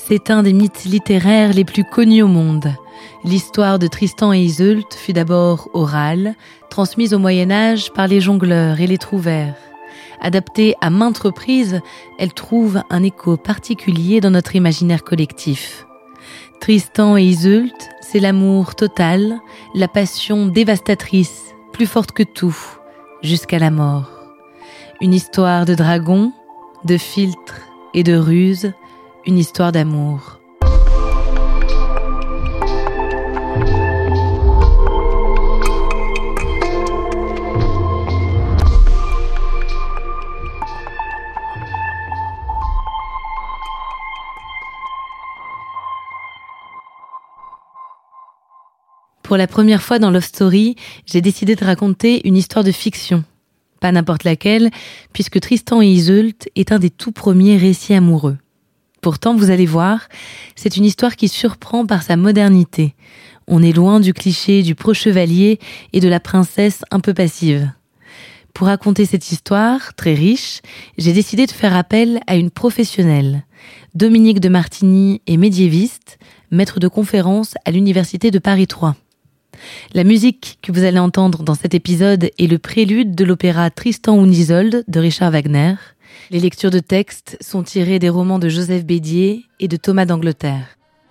C'est un des mythes littéraires les plus connus au monde. L'histoire de Tristan et Iseult fut d'abord orale, transmise au Moyen-Âge par les jongleurs et les trouvères. Adaptée à maintes reprises, elle trouve un écho particulier dans notre imaginaire collectif. Tristan et Iseult, c'est l'amour total, la passion dévastatrice, plus forte que tout, jusqu'à la mort. Une histoire de dragon, de filtre et de ruse, une histoire d'amour. Pour la première fois dans Love Story, j'ai décidé de raconter une histoire de fiction. Pas n'importe laquelle, puisque Tristan et Iseult est un des tout premiers récits amoureux. Pourtant, vous allez voir, c'est une histoire qui surprend par sa modernité. On est loin du cliché du pro-chevalier et de la princesse un peu passive. Pour raconter cette histoire, très riche, j'ai décidé de faire appel à une professionnelle. Dominique de Martigny est médiéviste, maître de conférences à l'université de Paris 3. La musique que vous allez entendre dans cet épisode est le prélude de l'opéra Tristan und Isolde de Richard Wagner. Les lectures de textes sont tirées des romans de Joseph Bédier et de Thomas d'Angleterre.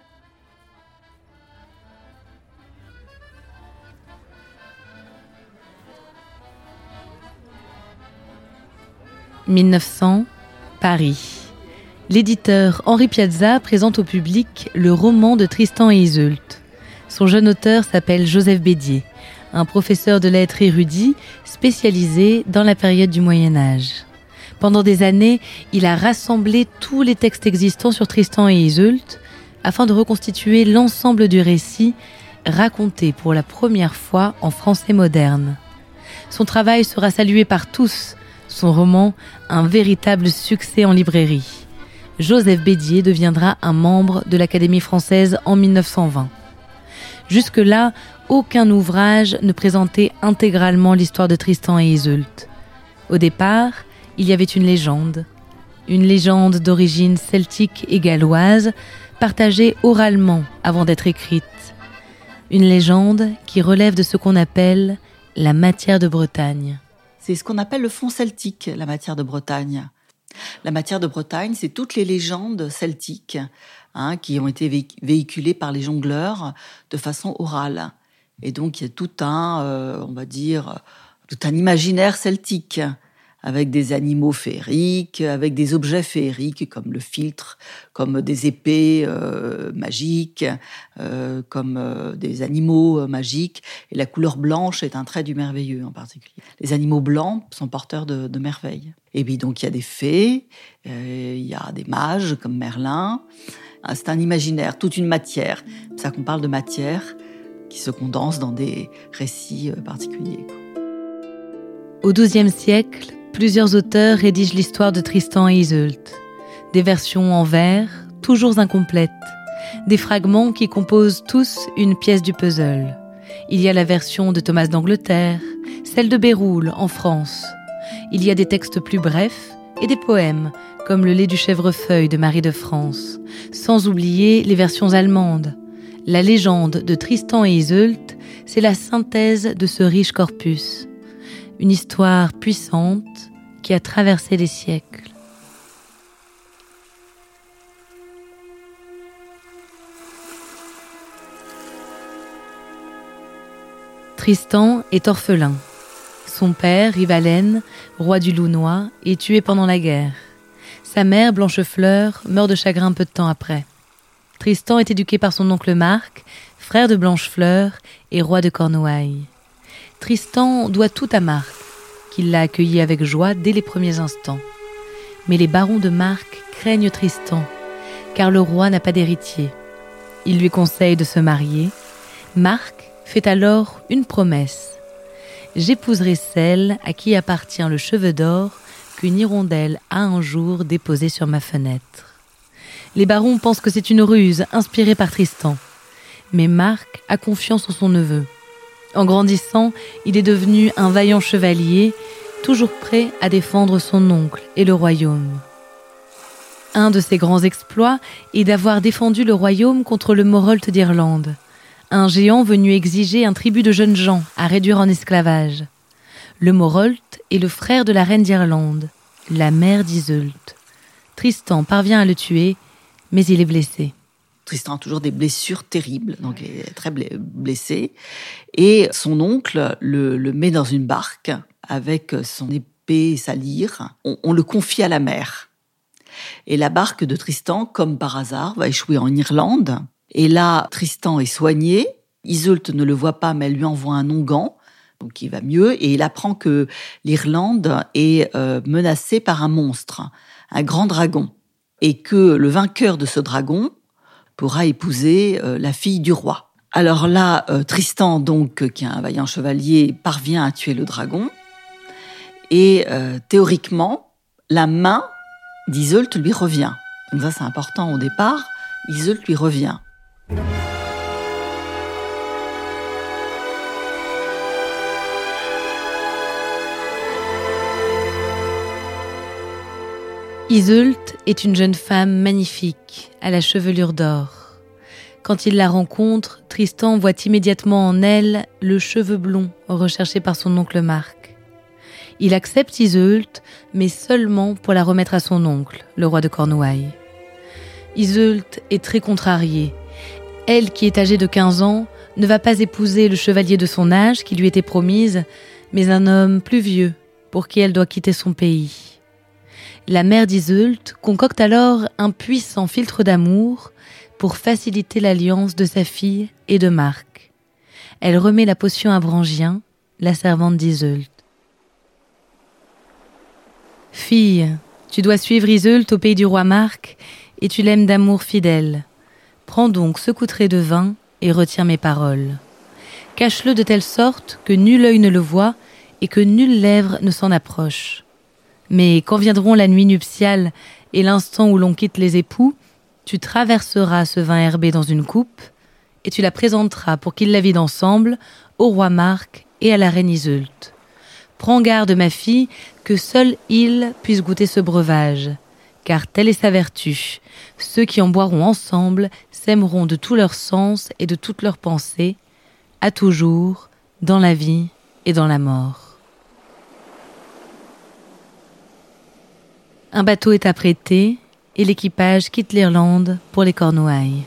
« 1900, Paris. L'éditeur Henri Piazza présente au public le roman de Tristan et Iseult. Son jeune auteur s'appelle Joseph Bédier, un professeur de lettres érudit spécialisé dans la période du Moyen-Âge. Pendant des années, il a rassemblé tous les textes existants sur Tristan et Iseult afin de reconstituer l'ensemble du récit raconté pour la première fois en français moderne. Son travail sera salué par tous, son roman un véritable succès en librairie. Joseph Bédier deviendra un membre de l'Académie française en 1920. Jusque-là, aucun ouvrage ne présentait intégralement l'histoire de Tristan et Iseult. Au départ, il y avait une légende d'origine celtique et galloise, partagée oralement avant d'être écrite. Une légende qui relève de ce qu'on appelle la matière de Bretagne. C'est ce qu'on appelle le fond celtique, la matière de Bretagne. La matière de Bretagne, c'est toutes les légendes celtiques qui ont été véhiculées par les jongleurs de façon orale. Et donc, il y a tout un imaginaire celtique, avec des animaux féeriques, avec des objets féeriques, comme le philtre, comme des épées magiques, comme des animaux magiques. Et la couleur blanche est un trait du merveilleux en particulier. Les animaux blancs sont porteurs de merveilles. Et puis donc, il y a des fées, il y a des mages comme Merlin. C'est un imaginaire, toute une matière. C'est pour ça qu'on parle de matière qui se condense dans des récits particuliers. Au XIIe siècle, plusieurs auteurs rédigent l'histoire de Tristan et Iseult. Des versions en vers, toujours incomplètes. Des fragments qui composent tous une pièce du puzzle. Il y a la version de Thomas d'Angleterre, celle de Béroul en France. Il y a des textes plus brefs et des poèmes, comme Le lait du chèvrefeuille de Marie de France, sans oublier les versions allemandes. La légende de Tristan et Iseult, c'est la synthèse de ce riche corpus. Une histoire puissante qui a traversé les siècles. Tristan est orphelin. Son père, Rivalen, roi du Lounois, est tué pendant la guerre. Sa mère, Blanchefleur, meurt de chagrin peu de temps après. Tristan est éduqué par son oncle Marc, frère de Blanchefleur et roi de Cornouailles. Tristan doit tout à Marc, qui l'a accueilli avec joie dès les premiers instants. Mais les barons de Marc craignent Tristan, car le roi n'a pas d'héritier. Il lui conseille de se marier. Marc fait alors une promesse. « J'épouserai celle à qui appartient le cheveu d'or qu'une hirondelle a un jour déposé sur ma fenêtre. » Les barons pensent que c'est une ruse inspirée par Tristan. Mais Marc a confiance en son neveu. En grandissant, il est devenu un vaillant chevalier, toujours prêt à défendre son oncle et le royaume. Un de ses grands exploits est d'avoir défendu le royaume contre le Morholt d'Irlande, un géant venu exiger un tribut de jeunes gens à réduire en esclavage. Le Morholt est le frère de la reine d'Irlande, la mère d'Iseult. Tristan parvient à le tuer, mais il est blessé. Tristan a toujours des blessures terribles, donc il est très blessé. Et son oncle le met dans une barque avec son épée et sa lyre. On le confie à la mer. Et la barque de Tristan, comme par hasard, va échouer en Irlande. Et là, Tristan est soigné. Iseult ne le voit pas, mais elle lui envoie un onguent, donc il va mieux. Et il apprend que l'Irlande est menacée par un monstre, un grand dragon. Et que le vainqueur de ce dragon pourra épouser la fille du roi. Alors là, Tristan, donc, qui est un vaillant chevalier, parvient à tuer le dragon. Et théoriquement, la main d'Iseult lui revient. Donc ça, c'est important au départ. Iseult lui revient. Iseult est une jeune femme magnifique, à la chevelure d'or. Quand il la rencontre, Tristan voit immédiatement en elle le cheveu blond recherché par son oncle Marc. Il accepte Iseult, mais seulement pour la remettre à son oncle, le roi de Cornouailles. Iseult est très contrariée. Elle, qui est âgée de 15 ans, ne va pas épouser le chevalier de son âge qui lui était promise, mais un homme plus vieux, pour qui elle doit quitter son pays. La mère d'Iseult concocte alors un puissant filtre d'amour pour faciliter l'alliance de sa fille et de Marc. Elle remet la potion à Brangien, la servante d'Iseult. « Fille, tu dois suivre Iseult au pays du roi Marc, et tu l'aimes d'amour fidèle. Prends donc ce coutret de vin et retiens mes paroles. Cache-le de telle sorte que nul œil ne le voie et que nulle lèvre ne s'en approche. Mais quand viendront la nuit nuptiale et l'instant où l'on quitte les époux, tu traverseras ce vin herbé dans une coupe et tu la présenteras pour qu'ils la vident ensemble au roi Marc et à la reine Iseult. Prends garde, ma fille, que seul il puisse goûter ce breuvage, car telle est sa vertu. Ceux qui en boiront ensemble s'aimeront de tout leur sens et de toute leur pensée, à toujours, dans la vie et dans la mort. » Un bateau est apprêté et l'équipage quitte l'Irlande pour les Cornouailles.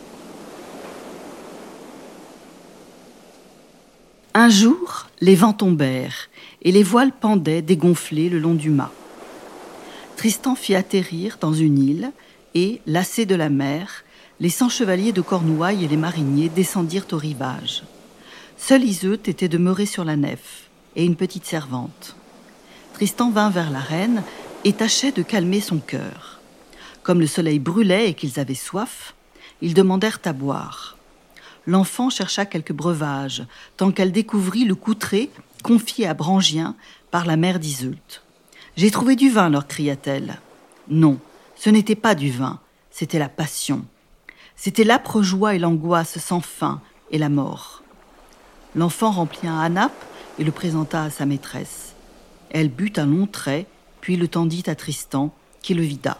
Un jour, les vents tombèrent et les voiles pendaient dégonflées le long du mât. Tristan fit atterrir dans une île et, lassés de la mer, les 100 chevaliers de Cornouailles et les mariniers descendirent au rivage. Seule Iseult était demeurée sur la nef et une petite servante. Tristan vint vers la reine et tâchait de calmer son cœur. Comme le soleil brûlait et qu'ils avaient soif, ils demandèrent à boire. L'enfant chercha quelques breuvages, tant qu'elle découvrit le coutret confié à Brangien par la mère d'Iseult. « J'ai trouvé du vin, leur cria-t-elle. Non, ce n'était pas du vin, c'était la passion. C'était l'âpre joie et l'angoisse sans fin et la mort. L'enfant remplit un hanap et le présenta à sa maîtresse. Elle but un long trait, puis le tendit à Tristan, qui le vida.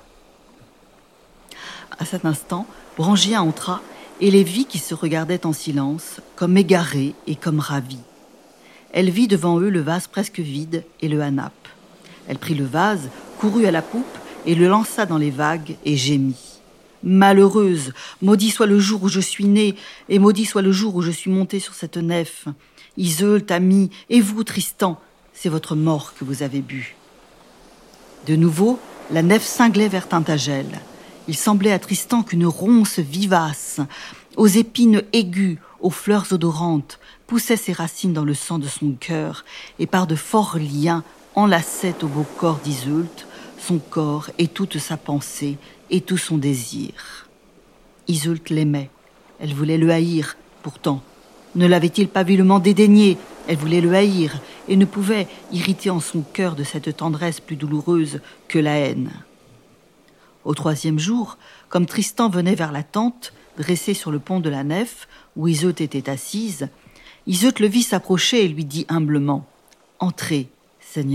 À cet instant, Brangien entra et les vit qui se regardaient en silence, comme égarés et comme ravis. Elle vit devant eux le vase presque vide et le hanap. Elle prit le vase, courut à la poupe et le lança dans les vagues et gémit. « Malheureuse, maudit soit le jour où je suis née et maudit soit le jour où je suis montée sur cette nef. Iseult, amie, et vous, Tristan, c'est votre mort que vous avez bu. » De nouveau, la nef cinglait vers Tintagel. Il semblait à Tristan qu'une ronce vivace, aux épines aiguës, aux fleurs odorantes, poussait ses racines dans le sang de son cœur et par de forts liens enlaçait au beau corps d'Iseult son corps et toute sa pensée et tout son désir. Iseult l'aimait, elle voulait le haïr, pourtant. Ne l'avait-il pas vilement dédaigné? Elle voulait le haïr et ne pouvait irriter en son cœur de cette tendresse plus douloureuse que la haine. Au 3e jour, comme Tristan venait vers la tente, dressée sur le pont de la nef, où Iseult était assise, Iseult le vit s'approcher et lui dit humblement « Entrez, Seigneur. »«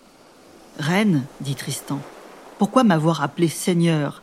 Reine, dit Tristan, pourquoi m'avoir appelé Seigneur?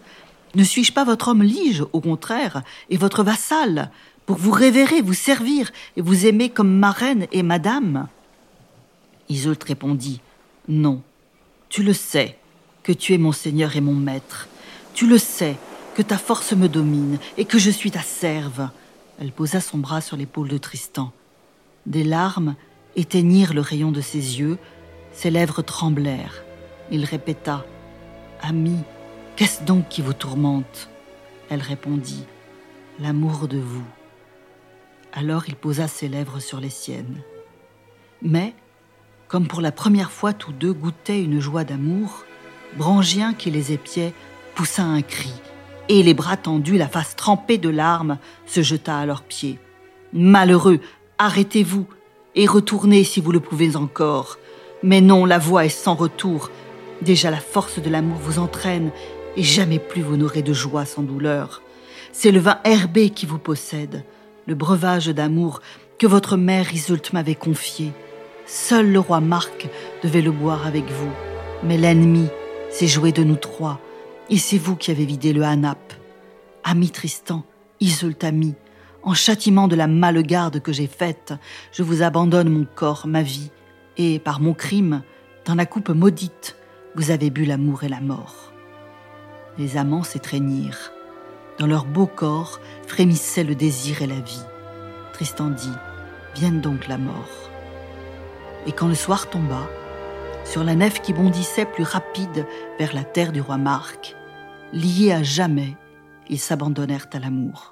Ne suis-je pas votre homme lige, au contraire, et votre vassal, pour vous révérer, vous servir et vous aimer comme ma reine et madame ?» Iseult répondit: « Non, tu le sais, que tu es mon seigneur et mon maître. Tu le sais, que ta force me domine et que je suis ta serve. » Elle posa son bras sur l'épaule de Tristan. Des larmes éteignirent le rayon de ses yeux, ses lèvres tremblèrent. Il répéta: « Ami, qu'est-ce donc qui vous tourmente ?» Elle répondit: « L'amour de vous. » Alors il posa ses lèvres sur les siennes. Mais, comme pour la première fois tous deux goûtaient une joie d'amour, Brangien, qui les épiait, poussa un cri, et les bras tendus, la face trempée de larmes, se jeta à leurs pieds. « Malheureux, arrêtez-vous, et retournez si vous le pouvez encore. Mais non, la voie est sans retour. Déjà la force de l'amour vous entraîne, et jamais plus vous n'aurez de joie sans douleur. C'est le vin herbé qui vous possède, le breuvage d'amour que votre mère Iseult m'avait confié. Seul le roi Marc devait le boire avec vous, mais l'ennemi s'est joué de nous trois, et c'est vous qui avez vidé le hanap. Ami Tristan, Iseult ami, en châtiment de la malegarde que j'ai faite, je vous abandonne mon corps, ma vie, et par mon crime, dans la coupe maudite, vous avez bu l'amour et la mort. » Les amants s'étreignirent. Dans leur beau corps frémissaient le désir et la vie. Tristan dit: « Vienne donc la mort. » Et quand le soir tomba, sur la nef qui bondissait plus rapide vers la terre du roi Marc, liés à jamais, ils s'abandonnèrent à l'amour.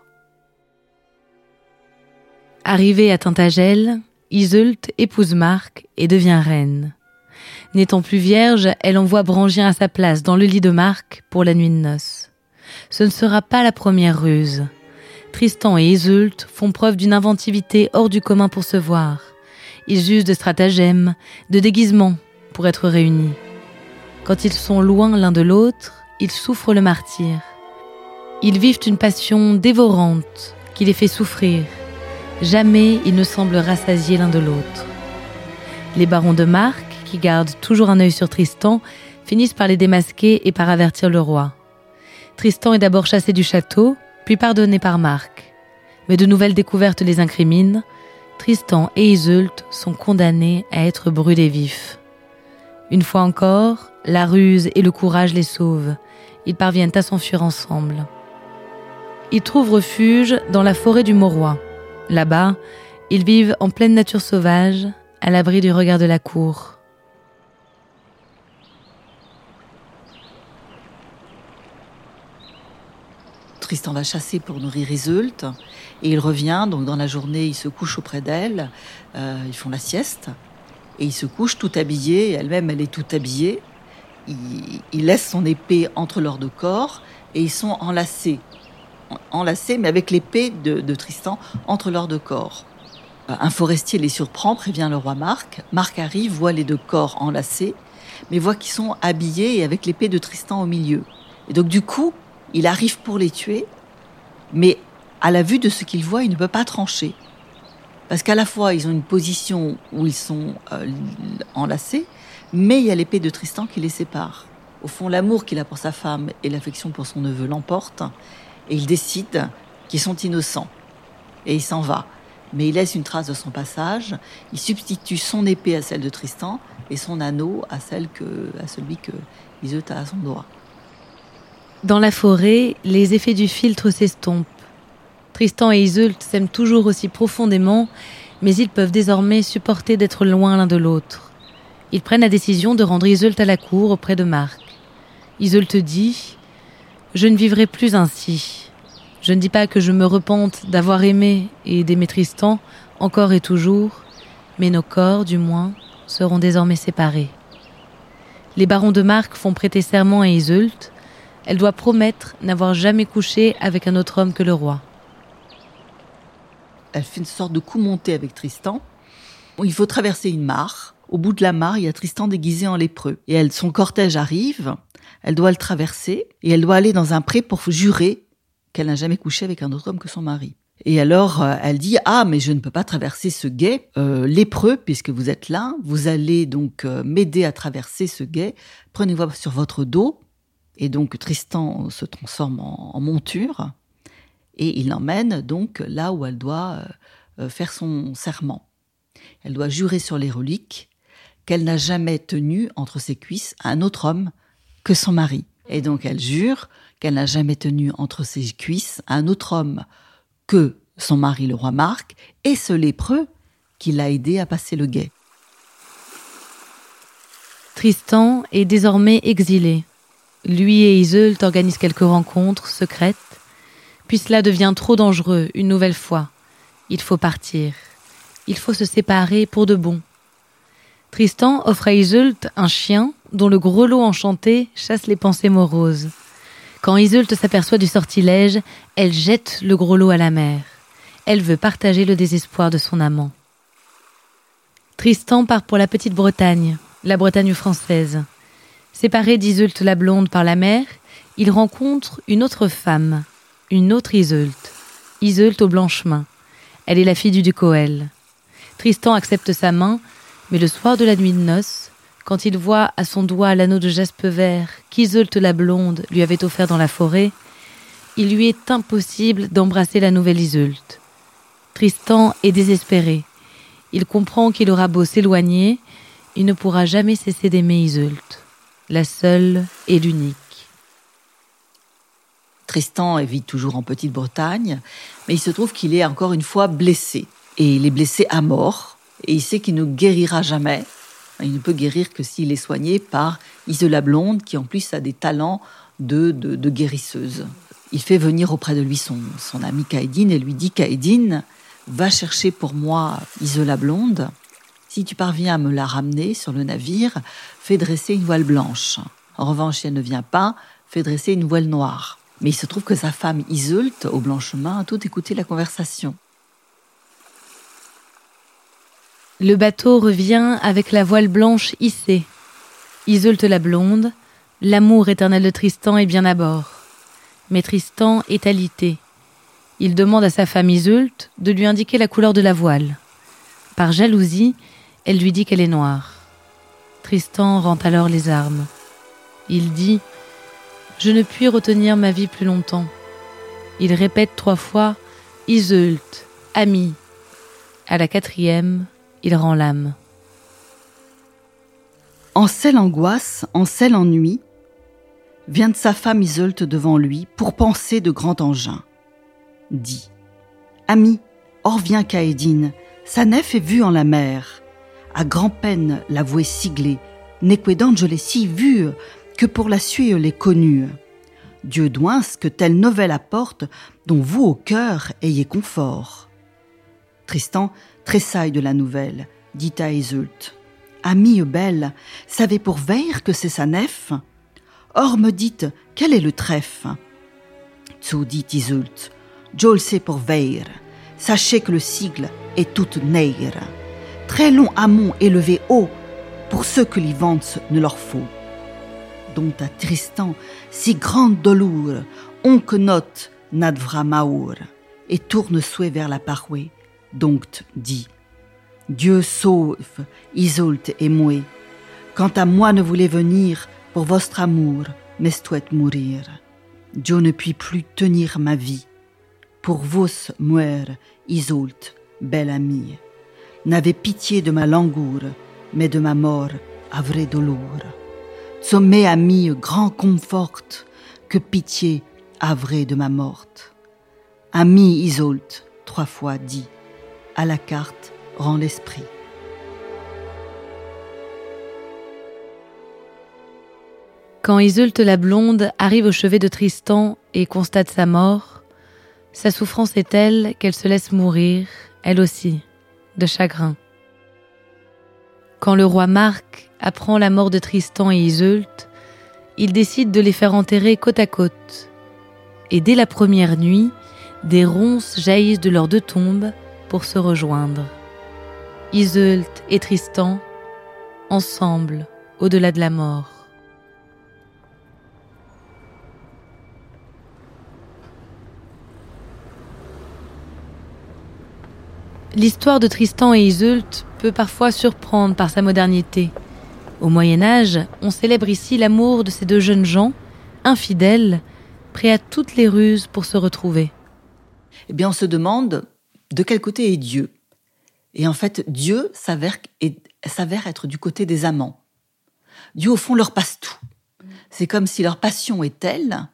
Arrivée à Tintagel, Iseult épouse Marc et devient reine. N'étant plus vierge, elle envoie Brangien à sa place dans le lit de Marc pour la nuit de noces. Ce ne sera pas la première ruse. Tristan et Iseult font preuve d'une inventivité hors du commun pour se voir. Ils usent de stratagèmes, de déguisements pour être réunis. Quand ils sont loin l'un de l'autre, ils souffrent le martyre. Ils vivent une passion dévorante qui les fait souffrir. Jamais ils ne semblent rassasiés l'un de l'autre. Les barons de Marc, qui gardent toujours un œil sur Tristan, finissent par les démasquer et par avertir le roi. Tristan est d'abord chassé du château, puis pardonné par Marc. Mais de nouvelles découvertes les incriminent. Tristan et Iseult sont condamnés à être brûlés vifs. Une fois encore, la ruse et le courage les sauvent. Ils parviennent à s'enfuir ensemble. Ils trouvent refuge dans la forêt du Mauroy. Là-bas, ils vivent en pleine nature sauvage, à l'abri du regard de la cour. Tristan va chasser pour nourrir Iseult, et il revient, donc dans la journée, il se couche auprès d'elle, ils font la sieste, et il se couche tout habillé, et elle-même, elle est tout habillée. Il laisse son épée entre leurs deux corps, et ils sont enlacés, mais avec l'épée de Tristan entre leurs deux corps. Un forestier les surprend, prévient le roi Marc. Marc arrive, voit les deux corps enlacés, mais voit qu'ils sont habillés et avec l'épée de Tristan au milieu. Et donc du coup, il arrive pour les tuer, mais à la vue de ce qu'il voit, il ne peut pas trancher. Parce qu'à la fois, ils ont une position où ils sont enlacés, mais il y a l'épée de Tristan qui les sépare. Au fond, l'amour qu'il a pour sa femme et l'affection pour son neveu l'emportent, et il décide qu'ils sont innocents. Et il s'en va. Mais il laisse une trace de son passage, il substitue son épée à celle de Tristan, et son anneau à celui que Iseult a à son doigt. Dans la forêt, les effets du philtre s'estompent. Tristan et Iseult s'aiment toujours aussi profondément, mais ils peuvent désormais supporter d'être loin l'un de l'autre. Ils prennent la décision de rendre Iseult à la cour auprès de Marc. Iseult dit « Je ne vivrai plus ainsi. Je ne dis pas que je me repente d'avoir aimé et d'aimer Tristan, encore et toujours, mais nos corps, du moins, seront désormais séparés. » Les barons de Marc font prêter serment à Iseult. Elle doit promettre n'avoir jamais couché avec un autre homme que le roi. Elle fait une sorte de coup monté avec Tristan. Il faut traverser une mare. Au bout de la mare, il y a Tristan déguisé en lépreux. Et son cortège arrive, elle doit le traverser, et elle doit aller dans un pré pour jurer qu'elle n'a jamais couché avec un autre homme que son mari. Et alors, elle dit « Ah, mais je ne peux pas traverser ce gué lépreux, puisque vous êtes là. Vous allez donc m'aider à traverser ce gué. Prenez-moi sur votre dos. Et donc Tristan se transforme en monture et il l'emmène donc là où elle doit faire son serment. Elle doit jurer sur les reliques qu'elle n'a jamais tenu entre ses cuisses un autre homme que son mari. Et donc elle jure qu'elle n'a jamais tenu entre ses cuisses un autre homme que son mari, le roi Marc, et ce lépreux qui l'a aidé à passer le guet. Tristan est désormais exilé. Lui et Iseult organisent quelques rencontres secrètes, puis cela devient trop dangereux une nouvelle fois. Il faut partir. Il faut se séparer pour de bon. Tristan offre à Iseult un chien dont le grelot enchanté chasse les pensées moroses. Quand Iseult s'aperçoit du sortilège, elle jette le grelot à la mer. Elle veut partager le désespoir de son amant. Tristan part pour la petite Bretagne, la Bretagne française. Séparé d'Iseult la blonde par la mer, il rencontre une autre femme, une autre Iseult aux blanches mains. Elle est la fille du duc Hoël. Tristan accepte sa main, mais le soir de la nuit de noces, quand il voit à son doigt l'anneau de jaspe vert qu'Iseult la blonde lui avait offert dans la forêt, il lui est impossible d'embrasser la nouvelle Iseult. Tristan est désespéré. Il comprend qu'il aura beau s'éloigner, il ne pourra jamais cesser d'aimer Iseult, la seule et l'unique. Tristan vit toujours en Petite-Bretagne, mais il se trouve qu'il est encore une fois blessé. Et il est blessé à mort, et il sait qu'il ne guérira jamais. Il ne peut guérir que s'il est soigné par Iseult la blonde, qui en plus a des talents de guérisseuse. Il fait venir auprès de lui son ami Caïdine et lui dit « Caïdine, va chercher pour moi Iseult la blonde. Si tu parviens à me la ramener sur le navire, fais dresser une voile blanche. En revanche, si elle ne vient pas, fais dresser une voile noire. » Mais il se trouve que sa femme Iseult, aux blanches mains, a tout écouté la conversation. Le bateau revient avec la voile blanche hissée. Iseult la blonde, l'amour éternel de Tristan est bien à bord. Mais Tristan est alité. Il demande à sa femme Iseult de lui indiquer la couleur de la voile. Par jalousie, elle lui dit qu'elle est noire. Tristan rend alors les armes. Il dit « Je ne puis retenir ma vie plus longtemps ». Il répète 3 fois « Iseult, amie ». À la 4e, il rend l'âme. En selle angoisse, en selle ennui, vient de sa femme Iseult devant lui pour penser de grand engin. Dit « Ami, or vient Caïdine, sa nef est vue en la mer. À grand-peine la vouée siglée, nequedant je l'ai si vue, que pour la suie l'ai connue. Dieu douins que telle nouvelle apporte, dont vous au cœur ayez confort. » Tristan tressaille de la nouvelle, dit à Iseult « Amie belle, savez pour veille que c'est sa nef? Or me dites, quel est le trèfle? » Tso dit Iseult « Je le sais pour veille, sachez que le sigle est toute neire. Très long amont élevé haut, pour ceux que les ventes ne leur faut. Dont à Tristan, si grande dolour, on que note n'advra maour, et tourne souhait vers la parouée. Donc dit, Dieu sauve Iseult et moi. Quant à moi ne voulais venir pour votre amour, mais souhaite mourir. Je ne puis plus tenir ma vie. Pour vous mourir, Iseult, belle amie. N'avez pitié de ma langour, mais de ma mort à vrai dolour. Sommet ami grand confort, que pitié à vrai de ma morte. Ami Iseult, 3 fois dit, à la carte rend l'esprit. Quand Iseult la blonde arrive au chevet de Tristan et constate sa mort, sa souffrance est telle qu'elle se laisse mourir, elle aussi, de chagrin. Quand le roi Marc apprend la mort de Tristan et Iseult, il décide de les faire enterrer côte à côte. Et dès la première nuit, des ronces jaillissent de leurs 2 tombes pour se rejoindre. Iseult et Tristan, ensemble, au-delà de la mort. L'histoire de Tristan et Iseult peut parfois surprendre par sa modernité. Au Moyen-Âge, on célèbre ici l'amour de ces 2 jeunes gens, infidèle, prêt à toutes les ruses pour se retrouver. Eh bien, on se demande de quel côté est Dieu. Et en fait, Dieu s'avère être du côté des amants. Dieu, au fond, leur passe tout. C'est comme si leur passion est telle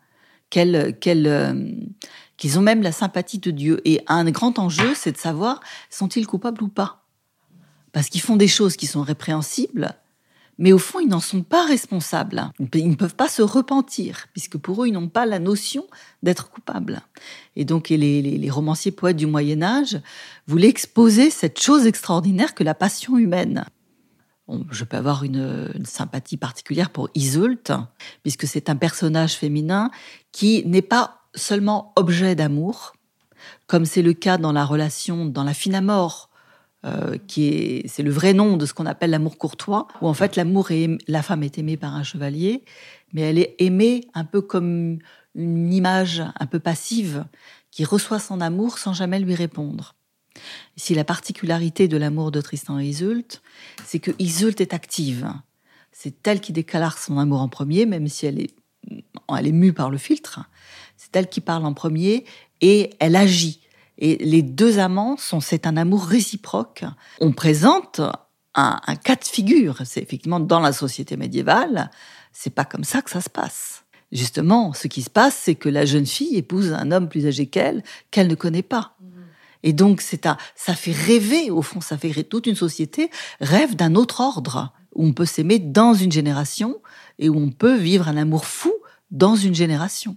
qu'ils ont même la sympathie de Dieu. Et un grand enjeu, c'est de savoir, sont-ils coupables ou pas ? Parce qu'ils font des choses qui sont répréhensibles, mais au fond, ils n'en sont pas responsables. Ils ne peuvent pas se repentir, puisque pour eux, ils n'ont pas la notion d'être coupables. Et donc, les romanciers poètes du Moyen-Âge voulaient exposer cette chose extraordinaire que la passion humaine. Je peux avoir une sympathie particulière pour Iseult, puisque c'est un personnage féminin qui n'est pas seulement objet d'amour, comme c'est le cas dans la relation, dans la Finamore, c'est le vrai nom de ce qu'on appelle l'amour courtois, où en fait la femme est aimée par un chevalier, mais elle est aimée un peu comme une image un peu passive qui reçoit son amour sans jamais lui répondre. Ici, la particularité de l'amour de Tristan et Iseult, c'est que Iseult est active. C'est elle qui déclare son amour en premier, même si elle est mue par le philtre. C'est elle qui parle en premier et elle agit. Et les deux amants, c'est un amour réciproque. On présente un cas de figure. C'est effectivement dans la société médiévale, c'est pas comme ça que ça se passe. Justement, ce qui se passe, c'est que la jeune fille épouse un homme plus âgé qu'elle ne connaît pas. Et donc, ça fait rêver, au fond, toute une société rêve d'un autre ordre, où on peut s'aimer dans une génération et où on peut vivre un amour fou dans une génération.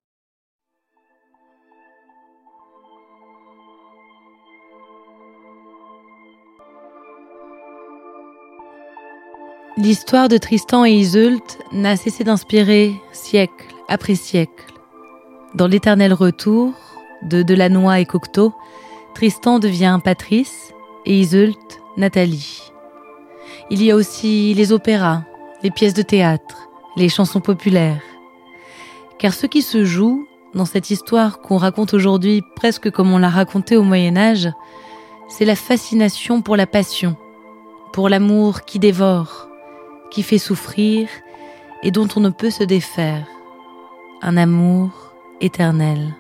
L'histoire de Tristan et Iseult n'a cessé d'inspirer siècle après siècle. Dans l'éternel retour de Delannoy et Cocteau, Tristan devient Patrice et Iseult Nathalie. Il y a aussi les opéras, les pièces de théâtre, les chansons populaires. Car ce qui se joue dans cette histoire qu'on raconte aujourd'hui presque comme on l'a racontée au Moyen-Âge, c'est la fascination pour la passion, pour l'amour qui dévore, qui fait souffrir et dont on ne peut se défaire. Un amour éternel.